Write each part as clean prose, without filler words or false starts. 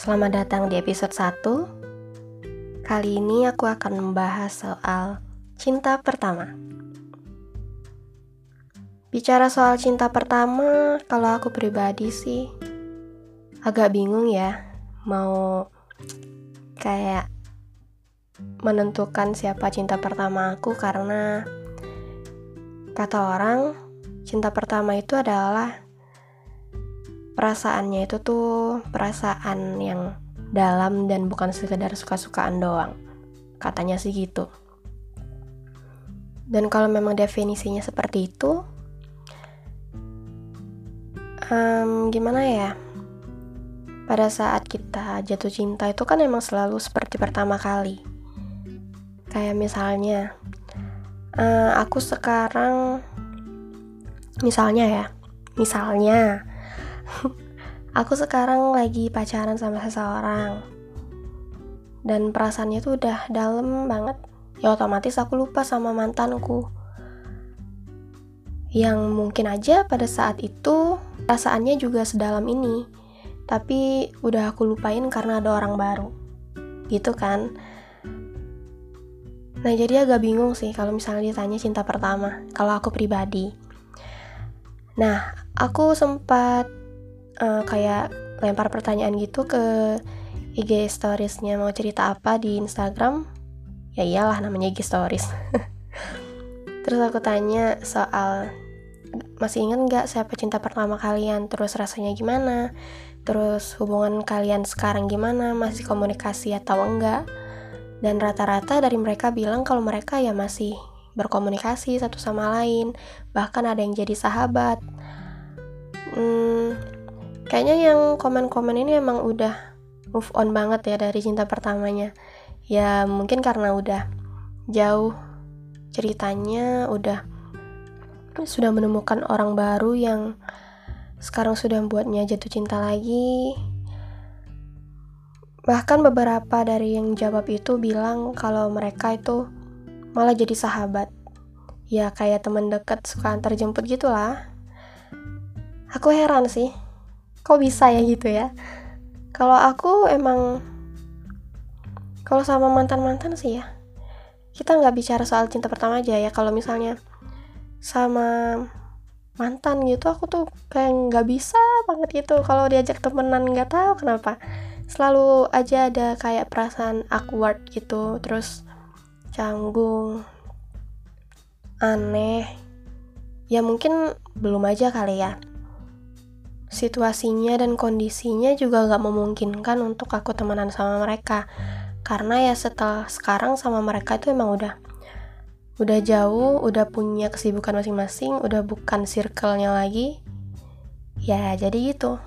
Selamat datang di episode 1. Kali ini aku akan membahas soal cinta pertama. Bicara soal cinta pertama, kalau aku pribadi sih agak bingung ya, mau kayak menentukan siapa cinta pertama aku, karena kata orang cinta pertama itu adalah perasaannya itu tuh perasaan yang dalam dan bukan sekedar suka-sukaan doang. Katanya sih gitu. Dan kalau memang definisinya seperti itu, gimana ya? Pada saat kita jatuh cinta itu kan emang selalu seperti pertama kali. Kayak misalnya, aku sekarang, misalnya aku sekarang lagi pacaran sama seseorang dan perasaannya tuh udah dalam banget. Ya otomatis aku lupa sama mantanku, yang mungkin aja pada saat itu perasaannya juga sedalam ini, tapi udah aku lupain karena ada orang baru, gitu kan. Nah, jadi agak bingung sih kalau misalnya ditanya cinta pertama, kalau aku pribadi. Nah, aku sempat kayak lempar pertanyaan gitu ke IG storiesnya, mau cerita apa di Instagram. Ya iyalah, namanya IG stories. Terus aku tanya soal, masih ingat gak siapa cinta pertama kalian, terus rasanya gimana, terus hubungan kalian sekarang gimana, masih komunikasi atau enggak. Dan rata-rata dari mereka bilang kalau mereka ya masih berkomunikasi satu sama lain, bahkan ada yang jadi sahabat. Kayaknya yang komen-komen ini emang udah move on banget ya dari cinta pertamanya. Ya mungkin karena udah jauh ceritanya, sudah menemukan orang baru yang sekarang sudah membuatnya jatuh cinta lagi. Bahkan beberapa dari yang jawab itu bilang kalau mereka itu malah jadi sahabat. Ya kayak teman dekat, suka antar jemput gitulah. Aku heran sih, kok bisa ya gitu ya. Kalau aku emang, kalau sama mantan-mantan sih ya, kita gak bicara soal cinta pertama aja ya. Kalau misalnya sama mantan gitu, aku tuh kayak gak bisa banget gitu kalau diajak temenan, gak tahu kenapa. Selalu aja ada kayak perasaan awkward gitu, terus canggung, aneh. Ya mungkin belum aja kali ya, situasinya dan kondisinya juga gak memungkinkan untuk aku temenan sama mereka. Karena ya setelah sekarang sama mereka itu emang udah jauh, udah punya kesibukan masing-masing, udah bukan circle-nya lagi. Ya jadi gitu.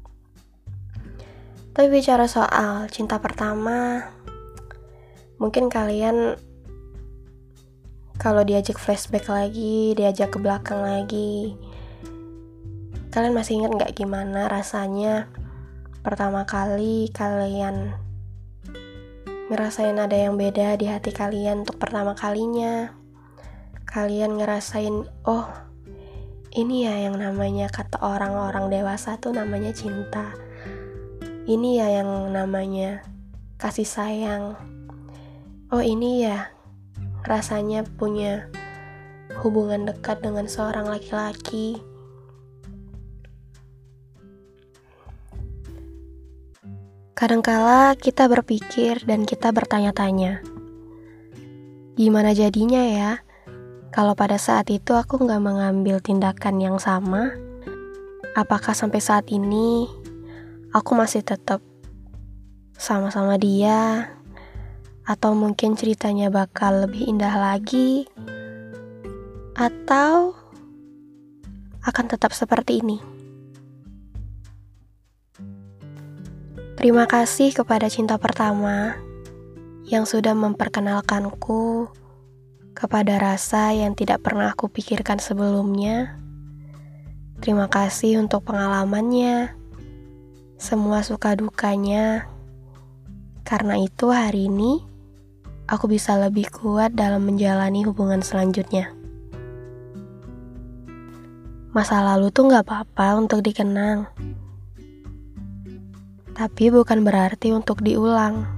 Tapi bicara soal cinta pertama, mungkin kalian kalau diajak flashback lagi, diajak ke belakang lagi, kalian masih ingat gak gimana rasanya pertama kali kalian ngerasain ada yang beda di hati kalian untuk pertama kalinya? Kalian ngerasain, oh ini ya yang namanya kata orang-orang dewasa tuh namanya cinta. Ini ya yang namanya kasih sayang. Oh ini ya rasanya punya hubungan dekat dengan seorang laki-laki. Kadangkala kita berpikir dan kita bertanya-tanya, gimana jadinya ya kalau pada saat itu aku gak mengambil tindakan yang sama? Apakah sampai saat ini aku masih tetap sama-sama dia? Atau mungkin ceritanya bakal lebih indah lagi? Atau akan tetap seperti ini? Terima kasih kepada cinta pertama yang sudah memperkenalkanku kepada rasa yang tidak pernah aku pikirkan sebelumnya. Terima kasih untuk pengalamannya, semua suka dukanya. Karena itu hari ini aku bisa lebih kuat dalam menjalani hubungan selanjutnya. Masa lalu tuh gak apa-apa untuk dikenang. Tapi bukan berarti untuk diulang.